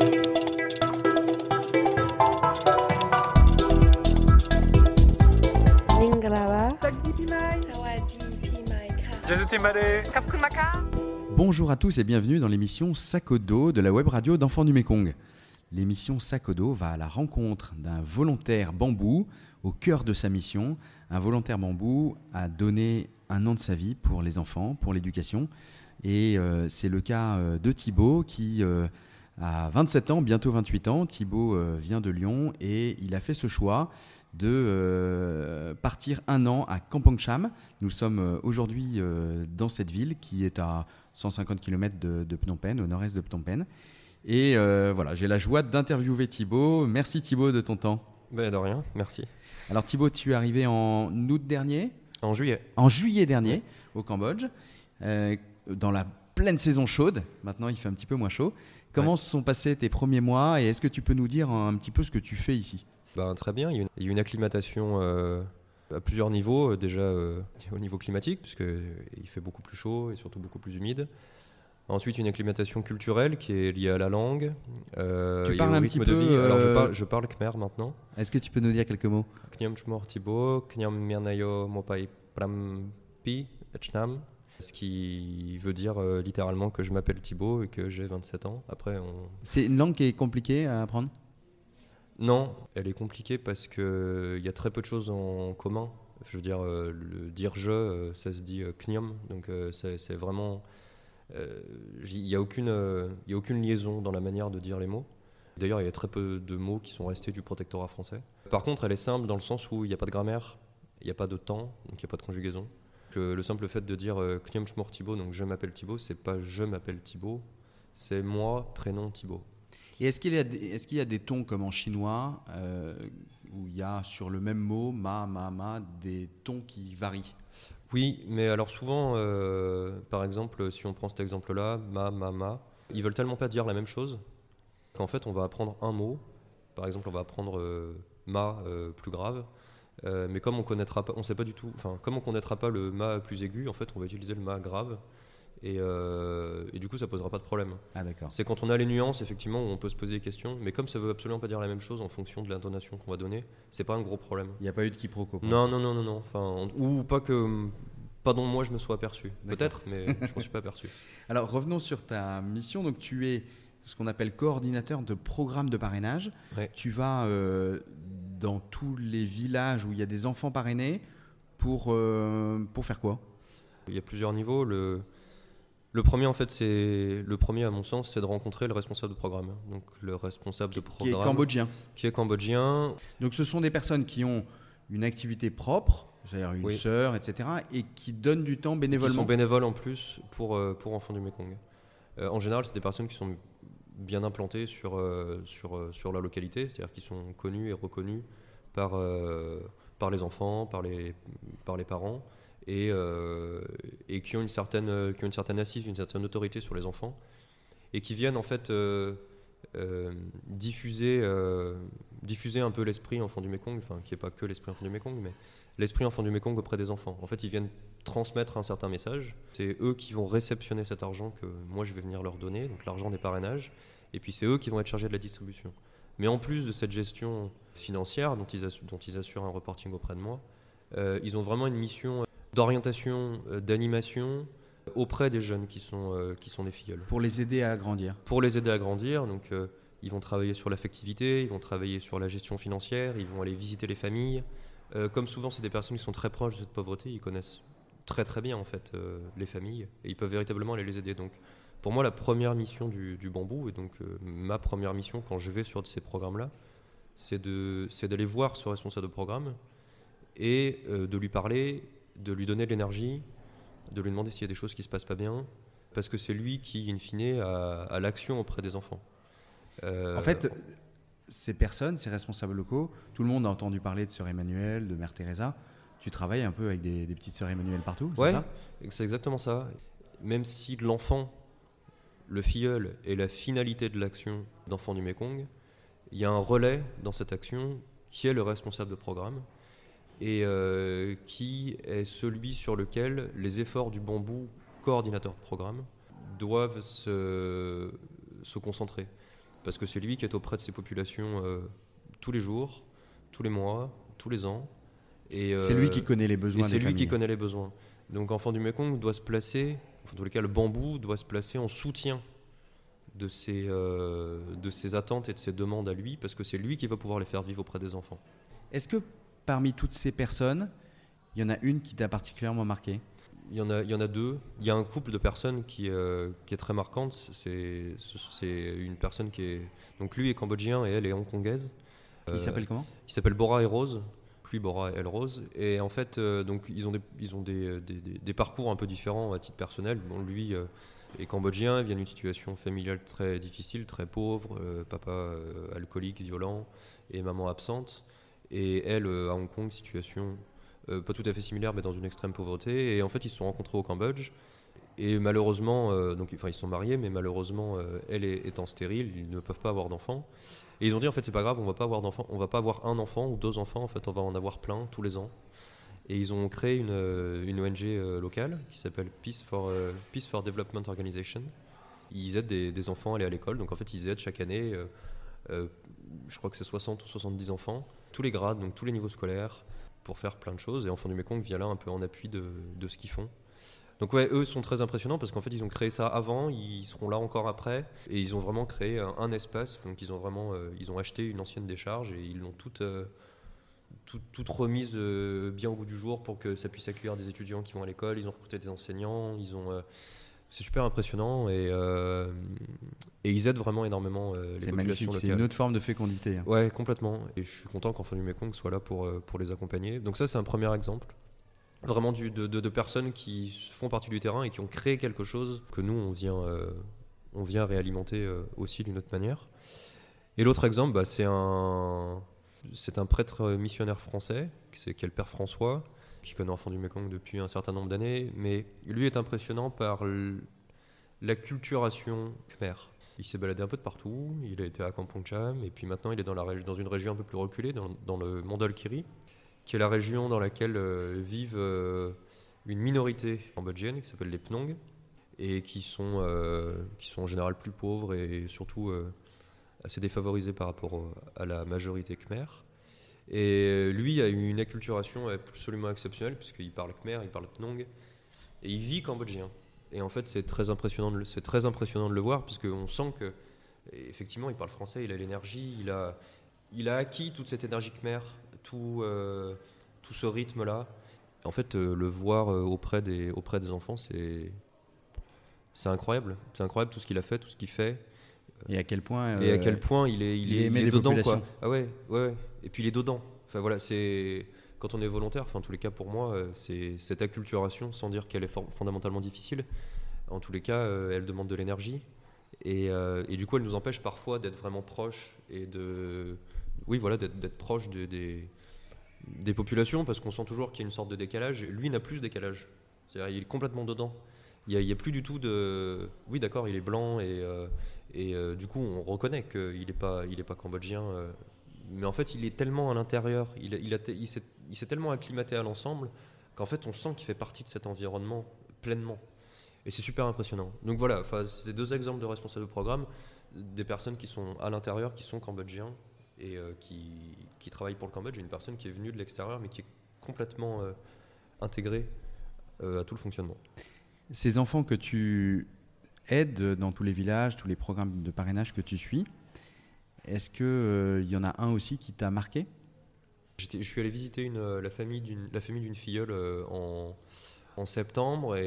Bonjour à tous et bienvenue dans l'émission Sac au dos de la web radio d'Enfants du Mékong. L'émission Sac au dos va à la rencontre d'un volontaire bambou au cœur de sa mission. Un volontaire bambou a donné un an de sa vie pour les enfants, pour l'éducation. Et c'est le cas de Thibaut qui a 27 ans, bientôt 28 ans. Thibaut vient de Lyon et il a fait ce choix de partir un an à Kampong Cham. Nous sommes aujourd'hui dans cette ville qui est à 150 km de Phnom Penh, au nord-est de Phnom Penh. Et voilà, j'ai la joie d'interviewer Thibaut. Merci Thibaut de ton temps. Ben de rien, merci. Alors Thibaut, tu es arrivé en août dernier ? En juillet. En juillet dernier, au Cambodge, dans la pleine saison chaude. Maintenant, il fait un petit peu moins chaud. Comment se sont passés tes premiers mois et est-ce que tu peux nous dire un petit peu ce que tu fais ici ? Très bien, il y a une acclimatation à plusieurs niveaux. Déjà au niveau climatique, puisqu'il fait beaucoup plus chaud et surtout beaucoup plus humide. Ensuite, une acclimatation culturelle qui est liée à la langue. Tu parles un petit peu de vie. Alors, je parle khmer maintenant. Est-ce que tu peux nous dire quelques mots ? Knyam chmor Thibaut, Knyam Mirnayo Mopai Prampi Etchnam. Ce qui veut dire littéralement que je m'appelle Thibaut et que j'ai 27 ans. Après, C'est une langue qui est compliquée à apprendre ? Non, elle est compliquée parce qu'il y a très peu de choses en commun. Je veux dire, le dire je, ça se dit knyam, donc c'est vraiment... Il n'y a aucune liaison dans la manière de dire les mots. D'ailleurs, il y a très peu de mots qui sont restés du protectorat français. Par contre, elle est simple dans le sens où il n'y a pas de grammaire, il n'y a pas de temps, donc il n'y a pas de conjugaison. Le simple fait de dire Knyam chmor Thibaut, donc je m'appelle Thibaut, c'est pas je m'appelle Thibaut, c'est moi, prénom Thibaut. Et est-ce qu'il y a des tons comme en chinois où il y a sur le même mot ma des tons qui varient ? Oui, mais alors souvent, par exemple, si on prend cet exemple-là, ma, ils veulent tellement pas dire la même chose qu'en fait on va apprendre un mot. Par exemple, on va apprendre ma plus grave, mais comme on connaîtra pas, on sait pas du tout. Enfin, comme on connaîtra pas le ma plus aigu, en fait, on va utiliser le ma grave. Et du coup ça posera pas de problème. Ah d'accord. C'est quand on a les nuances effectivement où on peut se poser des questions, mais comme ça veut absolument pas dire la même chose en fonction de l'intonation qu'on va donner, c'est pas un gros problème. Il n'y a pas eu de quiproquo. Non. Enfin, ou pas que dont moi je me sois aperçu. D'accord. Peut-être, mais je m'en suis pas aperçu. Alors revenons sur ta mission. Donc tu es ce qu'on appelle coordinateur de programme de parrainage. Ouais. Tu vas dans tous les villages où il y a des enfants parrainés pour faire quoi ? Il y a plusieurs niveaux. Le premier, en fait, à mon sens, c'est de rencontrer le responsable de programme. Donc, le responsable de programme. Qui est cambodgien. Donc, ce sont des personnes qui ont une activité propre, c'est-à-dire une sœur, etc., et qui donnent du temps bénévolement. Qui sont bénévoles en plus pour Enfants du Mékong. En général, c'est des personnes qui sont bien implantées sur la localité, c'est-à-dire qui sont connues et reconnues par les enfants, par les parents. Et qui ont une certaine assise, une certaine autorité sur les enfants, et qui viennent en fait diffuser un peu l'esprit Enfants du Mékong, enfin qui n'est pas que l'esprit Enfants du Mékong, mais l'esprit Enfants du Mékong auprès des enfants. En fait, ils viennent transmettre un certain message. C'est eux qui vont réceptionner cet argent que moi je vais venir leur donner, donc l'argent des parrainages, et puis c'est eux qui vont être chargés de la distribution. Mais en plus de cette gestion financière dont ils assurent un reporting auprès de moi, ils ont vraiment une mission d'orientation, d'animation auprès des jeunes qui sont des filleuls. Pour les aider à grandir. Donc ils vont travailler sur l'affectivité, ils vont travailler sur la gestion financière, ils vont aller visiter les familles. Comme souvent, c'est des personnes qui sont très proches de cette pauvreté, ils connaissent très très bien en fait les familles et ils peuvent véritablement aller les aider. Donc pour moi, la première mission du bambou, et donc ma première mission quand je vais sur ces programmes-là, c'est d'aller voir ce responsable de programme et de lui parler, de lui donner de l'énergie, de lui demander s'il y a des choses qui se passent pas bien, parce que c'est lui qui, in fine, a l'action auprès des enfants. En fait, ces personnes, ces responsables locaux, tout le monde a entendu parler de Sœur Emmanuelle, de Mère Teresa. Tu travailles un peu avec des petites Sœurs Emmanuelle partout, c'est ça ? C'est exactement ça. Même si l'enfant, le filleul, est la finalité de l'action d'Enfants du Mékong, il y a un relais dans cette action qui est le responsable de programme, et qui est celui sur lequel les efforts du bambou, coordinateur de programme, doivent se concentrer. parce que c'est lui qui est auprès de ces populations tous les jours, tous les mois, tous les ans. Et, c'est lui qui connaît les besoins des familles. C'est lui qui connaît les besoins. Donc Enfants du Mékong doit se placer, en tous les cas le bambou doit se placer en soutien de ces attentes et de ces demandes à lui, parce que c'est lui qui va pouvoir les faire vivre auprès des enfants. Est-ce que parmi toutes ces personnes, il y en a une qui t'a particulièrement marqué ? Il y en a deux. Il y a un couple de personnes qui est très marquante. C'est une personne qui est... Donc lui est cambodgien et elle est hongkongaise. Il s'appelle comment ? Il s'appelle Bora et Rose. Lui Bora et elle Rose. Et en fait, donc, ils ont des parcours un peu différents à titre personnel. Bon, lui est cambodgien, il vient d'une situation familiale très difficile, très pauvre. Papa alcoolique, violent et maman absente. Et elle, à Hong Kong, situation... pas tout à fait similaire, mais dans une extrême pauvreté. Et en fait, ils se sont rencontrés au Cambodge. Et malheureusement, ils se sont mariés, mais malheureusement, elle étant stérile, ils ne peuvent pas avoir d'enfants. Et ils ont dit, en fait, c'est pas grave, on va pas avoir d'enfants, on va pas avoir un enfant ou deux enfants, en fait, on va en avoir plein tous les ans. Et ils ont créé une ONG locale qui s'appelle Peace for Development Organization. Ils aident des enfants à aller à l'école. Donc en fait, ils aident chaque année, je crois que c'est 60 ou 70 enfants, tous les grades, donc tous les niveaux scolaires, pour faire plein de choses. Et Enfants du Mékong vient là un peu en appui de ce qu'ils font. Donc ouais, eux sont très impressionnants parce qu'en fait ils ont créé ça avant, ils seront là encore après, et ils ont vraiment créé un espace. Donc ils ont acheté une ancienne décharge et ils l'ont toute remise bien au goût du jour pour que ça puisse accueillir des étudiants qui vont à l'école. Ils ont recruté des enseignants, c'est super impressionnant et ils aident vraiment énormément les populations magnifique, locales. C'est une autre forme de fécondité. Ouais, complètement. Et je suis content qu'Enfants du Mékong soit là pour les accompagner. Donc ça, c'est un premier exemple. Vraiment de personnes qui font partie du terrain et qui ont créé quelque chose que nous, on vient réalimenter aussi d'une autre manière. Et l'autre exemple, c'est un prêtre missionnaire français, qui est le Père François, qui connaît Enfants du Mékong depuis un certain nombre d'années, mais lui est impressionnant par l'acculturation khmer. Il s'est baladé un peu de partout, il a été à Kampong Cham, et puis maintenant il est dans une région un peu plus reculée, dans le Mandal Kiri, qui est la région dans laquelle vivent une minorité cambodgienne qui s'appelle les Phnong, et qui sont en général plus pauvres et surtout assez défavorisés par rapport à la majorité khmer. Et lui a une acculturation absolument exceptionnelle, puisqu'il parle khmer, il parle Phnong, et il vit cambodgien. Et en fait, c'est très impressionnant de le voir, puisqu'on sent que effectivement, il parle français, il a l'énergie, il a acquis toute cette énergie khmer, tout ce rythme-là. En fait, le voir auprès des enfants, c'est incroyable. C'est incroyable tout ce qu'il a fait, tout ce qu'il fait. Et à quel point il est dedans, quoi. Ah ouais. Et puis il est dedans. Enfin voilà, c'est quand on est volontaire. Enfin, en tous les cas, pour moi, c'est cette acculturation, sans dire qu'elle est fondamentalement difficile. En tous les cas, elle demande de l'énergie. Et du coup, elle nous empêche parfois d'être vraiment proches et d'être proche des populations, parce qu'on sent toujours qu'il y a une sorte de décalage. Lui n'a plus ce décalage. C'est-à-dire, il est complètement dedans. Il n'y a plus du tout de... Oui, d'accord, il est blanc et du coup, on reconnaît qu'il n'est pas cambodgien. Mais en fait, il est tellement à l'intérieur, il s'est tellement acclimaté à l'ensemble qu'en fait, on sent qu'il fait partie de cet environnement pleinement. Et c'est super impressionnant. Donc voilà, c'est deux exemples de responsables de programme, des personnes qui sont à l'intérieur, qui sont cambodgiens et qui travaillent pour le Cambodge. Une personne qui est venue de l'extérieur, mais qui est complètement intégrée à tout le fonctionnement. Ces enfants que tu aides dans tous les villages, tous les programmes de parrainage que tu suis, est-ce qu'il y en a un aussi qui t'a marqué ? Je suis allé visiter la famille d'une filleule en septembre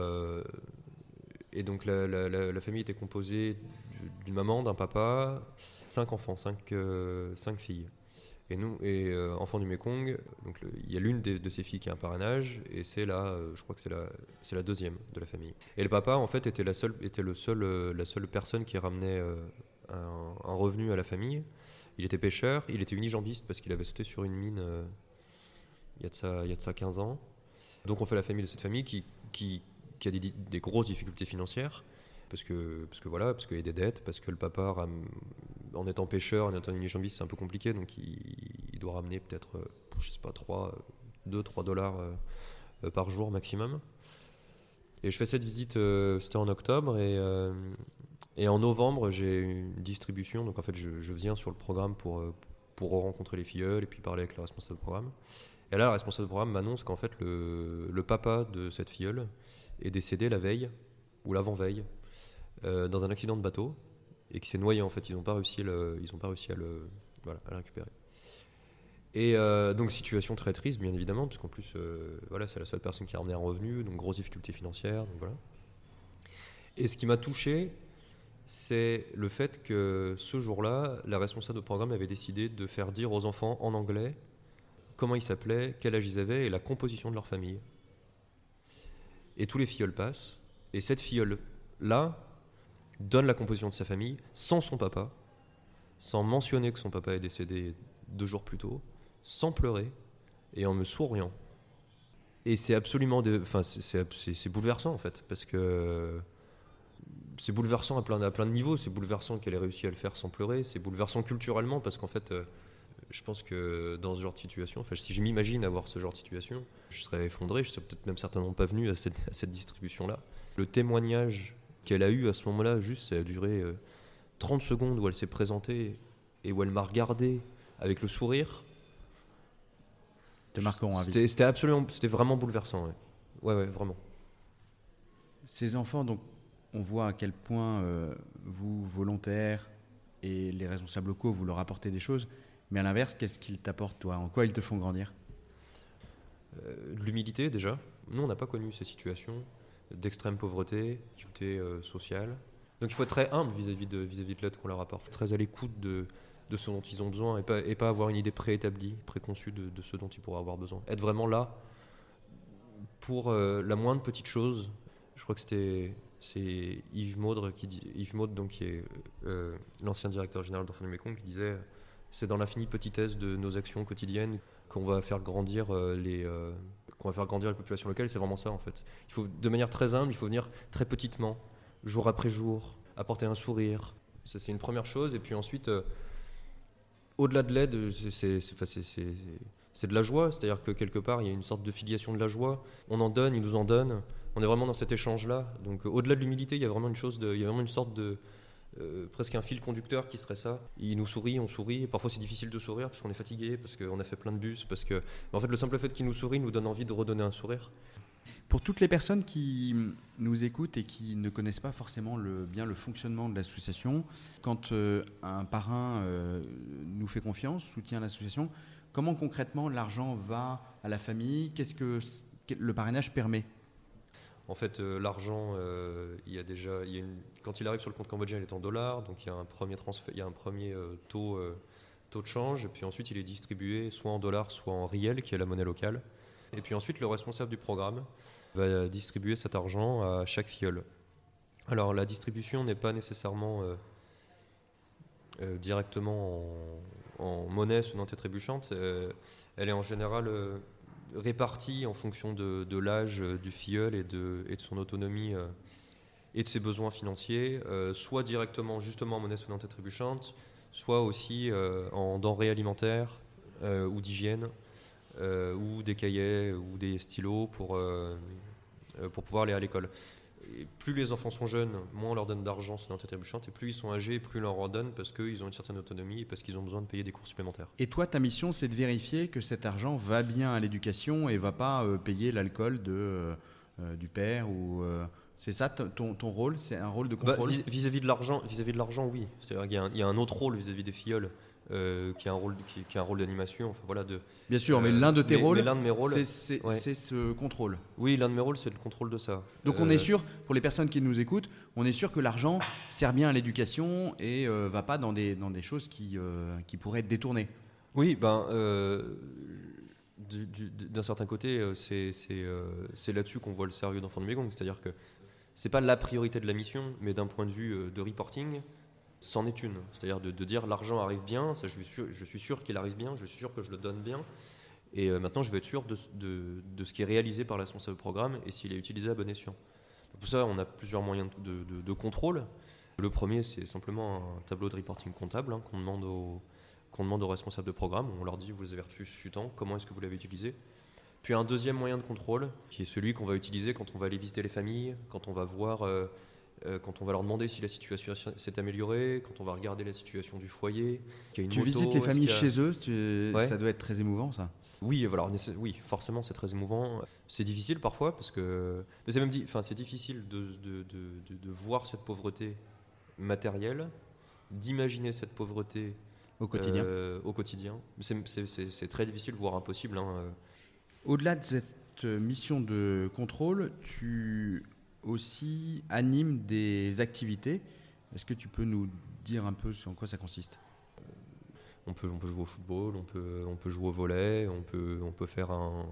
et donc la famille était composée d'une maman, d'un papa, 5 enfants, 5 filles. Et nous, Enfants du Mékong, donc il y a l'une de ces filles qui a un parrainage, et c'est je crois que c'est la deuxième de la famille. Et le papa, en fait, était la seule personne qui ramenait un revenu à la famille. Il était pêcheur, il était unijambiste parce qu'il avait sauté sur une mine il y a de ça 15 ans. Donc on fait la famille de cette famille qui a des grosses difficultés financières, parce qu'il y a des dettes, parce que le papa, en étant pêcheur, en étant unijambiste, c'est un peu compliqué, donc il doit ramener peut-être, je sais pas, 2-3 dollars par jour maximum. Et je fais cette visite, c'était en octobre, Et en novembre, j'ai une distribution. Donc en fait, je viens sur le programme pour rencontrer les filleuls et puis parler avec le responsable de programme. Et là, le responsable de programme m'annonce qu'en fait, le papa de cette filleule est décédé la veille ou l'avant-veille dans un accident de bateau et qui s'est noyé. En fait, ils n'ont pas réussi à le récupérer. Et donc situation très triste, bien évidemment, parce qu'en plus, c'est la seule personne qui a ramené un revenu, donc grosse difficulté financière. Donc voilà. Et ce qui m'a touché, c'est le fait que ce jour-là, la responsable de programme avait décidé de faire dire aux enfants en anglais comment ils s'appelaient, quel âge ils avaient et la composition de leur famille. Et tous les filleuls passent, et cette filleule-là donne la composition de sa famille sans son papa, sans mentionner que son papa est décédé 2 jours plus tôt, sans pleurer et en me souriant. Et c'est absolument... c'est bouleversant en fait, parce que... C'est bouleversant à plein de niveaux, c'est bouleversant qu'elle ait réussi à le faire sans pleurer, c'est bouleversant culturellement parce qu'en fait, je pense que dans ce genre de situation, si je m'imagine avoir ce genre de situation, je serais effondré, je serais peut-être même certainement pas venu à cette distribution-là. Le témoignage qu'elle a eu à ce moment-là, juste, ça a duré 30 secondes où elle s'est présentée et où elle m'a regardé avec le sourire. Te marquant à vie. C'était vraiment bouleversant, ouais, vraiment. Ces enfants, donc, on voit à quel point vous, volontaires, et les responsables locaux, vous leur apportez des choses. Mais à l'inverse, qu'est-ce qu'ils t'apportent, toi ? En quoi ils te font grandir ? De l'humilité, déjà. Nous, on n'a pas connu ces situations d'extrême pauvreté, difficulté sociale. Donc il faut être très humble vis-à-vis de l'aide qu'on leur apporte. Très à l'écoute de ce dont ils ont besoin et pas avoir une idée préétablie, préconçue de ce dont ils pourraient avoir besoin. Être vraiment là pour la moindre petite chose. Je crois que c'est Yves Maudre donc, qui est l'ancien directeur général d'Enfants du Mékong, qui disait c'est dans l'infinie petitesse de nos actions quotidiennes qu'on va faire grandir les populations locales. C'est vraiment ça en fait. Il faut, de manière très humble, il faut venir très petitement, jour après jour, apporter un sourire. Ça, c'est une première chose. Et puis ensuite, au-delà de l'aide, c'est de la joie. C'est-à-dire que quelque part, il y a une sorte de filiation de la joie. On en donne, ils nous en donnent. On est vraiment dans cet échange-là. Donc au-delà de l'humilité, il y a vraiment une sorte de... presque un fil conducteur qui serait ça. Il nous sourit, on sourit. Et parfois c'est difficile de sourire parce qu'on est fatigué, parce qu'on a fait plein de bus, parce que... Mais en fait, le simple fait qu'il nous sourit nous donne envie de redonner un sourire. Pour toutes les personnes qui nous écoutent et qui ne connaissent pas forcément bien le fonctionnement de l'association, quand un parrain nous fait confiance, soutient l'association, comment concrètement l'argent va à la famille ? Qu'est-ce que le parrainage permet ? En fait, l'argent, quand il arrive sur le compte cambodgien, il est en dollars, donc il y a un premier transfert, il y a un premier taux de change, et puis ensuite il est distribué soit en dollars, soit en riel, qui est la monnaie locale. Et puis ensuite, le responsable du programme va distribuer cet argent à chaque filleule. Alors, la distribution n'est pas nécessairement directement en monnaie sonnante et trébuchante. Elle est en général répartie en fonction de l'âge du filleul et de son autonomie et de ses besoins financiers, soit directement justement en monnaie sonnante et trébuchante, soit aussi en denrées alimentaires ou d'hygiène, ou des cahiers ou des stylos pour pouvoir aller à l'école. Et plus les enfants sont jeunes, moins on leur donne d'argent sonnante et trébuchante, et plus ils sont âgés, plus on leur en donne parce qu'ils ont une certaine autonomie et parce qu'ils ont besoin de payer des cours supplémentaires. Et toi, ta mission, c'est de vérifier que cet argent va bien à l'éducation et ne va pas payer l'alcool du père ou... C'est ça ton rôle ? C'est un rôle de contrôle ? Vis-à-vis de l'argent, oui. C'est-à-dire qu'il y a un autre rôle vis-à-vis des filleuls, qui est un rôle d'animation. Enfin, voilà, bien sûr, mais l'un de tes rôles, l'un de mes rôles, c'est ce contrôle. Oui, l'un de mes rôles, c'est le contrôle de ça. Donc on est sûr, pour les personnes qui nous écoutent, on est sûr que l'argent sert bien à l'éducation et va pas dans des choses qui pourraient être détournées. Oui, d'un certain côté, c'est là-dessus qu'on voit le sérieux d'Enfants du Mékong. C'est-à-dire que c'est pas la priorité de la mission, mais d'un point de vue de reporting, c'en est une. C'est-à-dire de dire l'argent arrive bien, ça, je suis sûr qu'il arrive bien, je suis sûr que je le donne bien. Et maintenant, je veux être sûr de ce qui est réalisé par la responsable programme et s'il est utilisé à bon escient. Pour ça, on a plusieurs moyens de contrôle. Le premier, c'est simplement un tableau de reporting comptable qu'on demande aux responsables de programme. On leur dit, vous avez reçu tant, comment est-ce que vous l'avez utilisé ? Puis un deuxième moyen de contrôle, qui est celui qu'on va utiliser quand on va aller visiter les familles, quand on va voir quand on va leur demander si la situation s'est améliorée, quand on va regarder la situation du foyer, qu'il y a une Tu moto, visites les familles est-ce qu'il y a- chez eux, Ouais. ça doit être très émouvant ça. Oui, alors, oui, forcément, c'est très émouvant. C'est difficile parfois parce que, mais c'est même c'est difficile de voir cette pauvreté matérielle, d'imaginer cette pauvreté Au quotidien. au quotidien. C'est très difficile, voire impossible. Hein. Au-delà de cette mission de contrôle, tu aussi animes des activités. Est-ce que tu peux nous dire un peu en quoi ça consiste ? On peut jouer au football, on peut jouer au volley, on peut faire un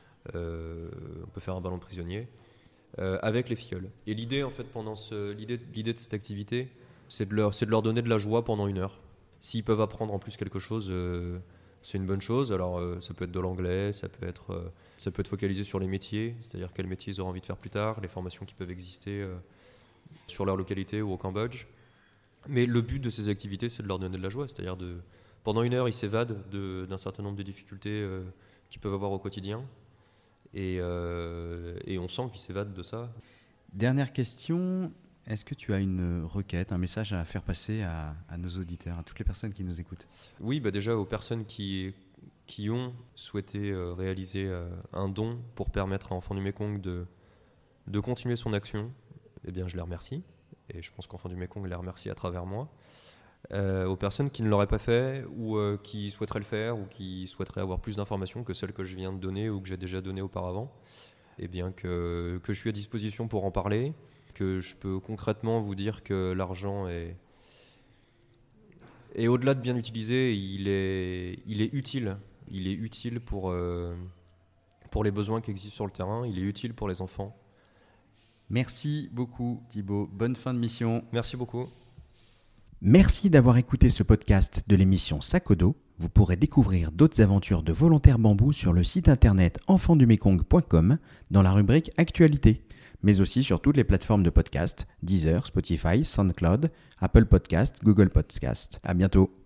ballon prisonnier avec les filleuls. Et l'idée, en fait, l'idée de cette activité, c'est de leur donner de la joie pendant 1 heure. S'ils peuvent apprendre en plus quelque chose, c'est une bonne chose. Alors, ça peut être de l'anglais, ça peut être focalisé sur les métiers, c'est-à-dire quels métiers ils auront envie de faire plus tard, les formations qui peuvent exister sur leur localité ou au Cambodge. Mais le but de ces activités, c'est de leur donner de la joie, c'est-à-dire pendant 1 heure, ils s'évadent d'un certain nombre de difficultés qu'ils peuvent avoir au quotidien. Et on sent qu'ils s'évadent de ça. Dernière question, est-ce que tu as une requête, un message à faire passer à nos auditeurs, à toutes les personnes qui nous écoutent ? Oui, déjà aux personnes qui ont souhaité réaliser un don pour permettre à Enfants du Mékong de continuer son action, eh bien, je les remercie. Et je pense qu'Enfants du Mékong les remercie à travers moi. Aux personnes qui ne l'auraient pas fait ou qui souhaiteraient le faire ou qui souhaiteraient avoir plus d'informations que celles que je viens de donner ou que j'ai déjà données auparavant, eh bien que je suis à disposition pour en parler, que je peux concrètement vous dire que l'argent est au-delà de bien utilisé, il est utile. Il est utile pour les besoins qui existent sur le terrain, il est utile pour les enfants. Merci beaucoup Thibaut, bonne fin de mission. Merci beaucoup. Merci d'avoir écouté ce podcast de l'émission Sac au dos. Vous pourrez découvrir d'autres aventures de volontaires bambou sur le site internet enfantsdumekong.com dans la rubrique Actualité, mais aussi sur toutes les plateformes de podcast, Deezer, Spotify, SoundCloud, Apple Podcast, Google Podcast. À bientôt.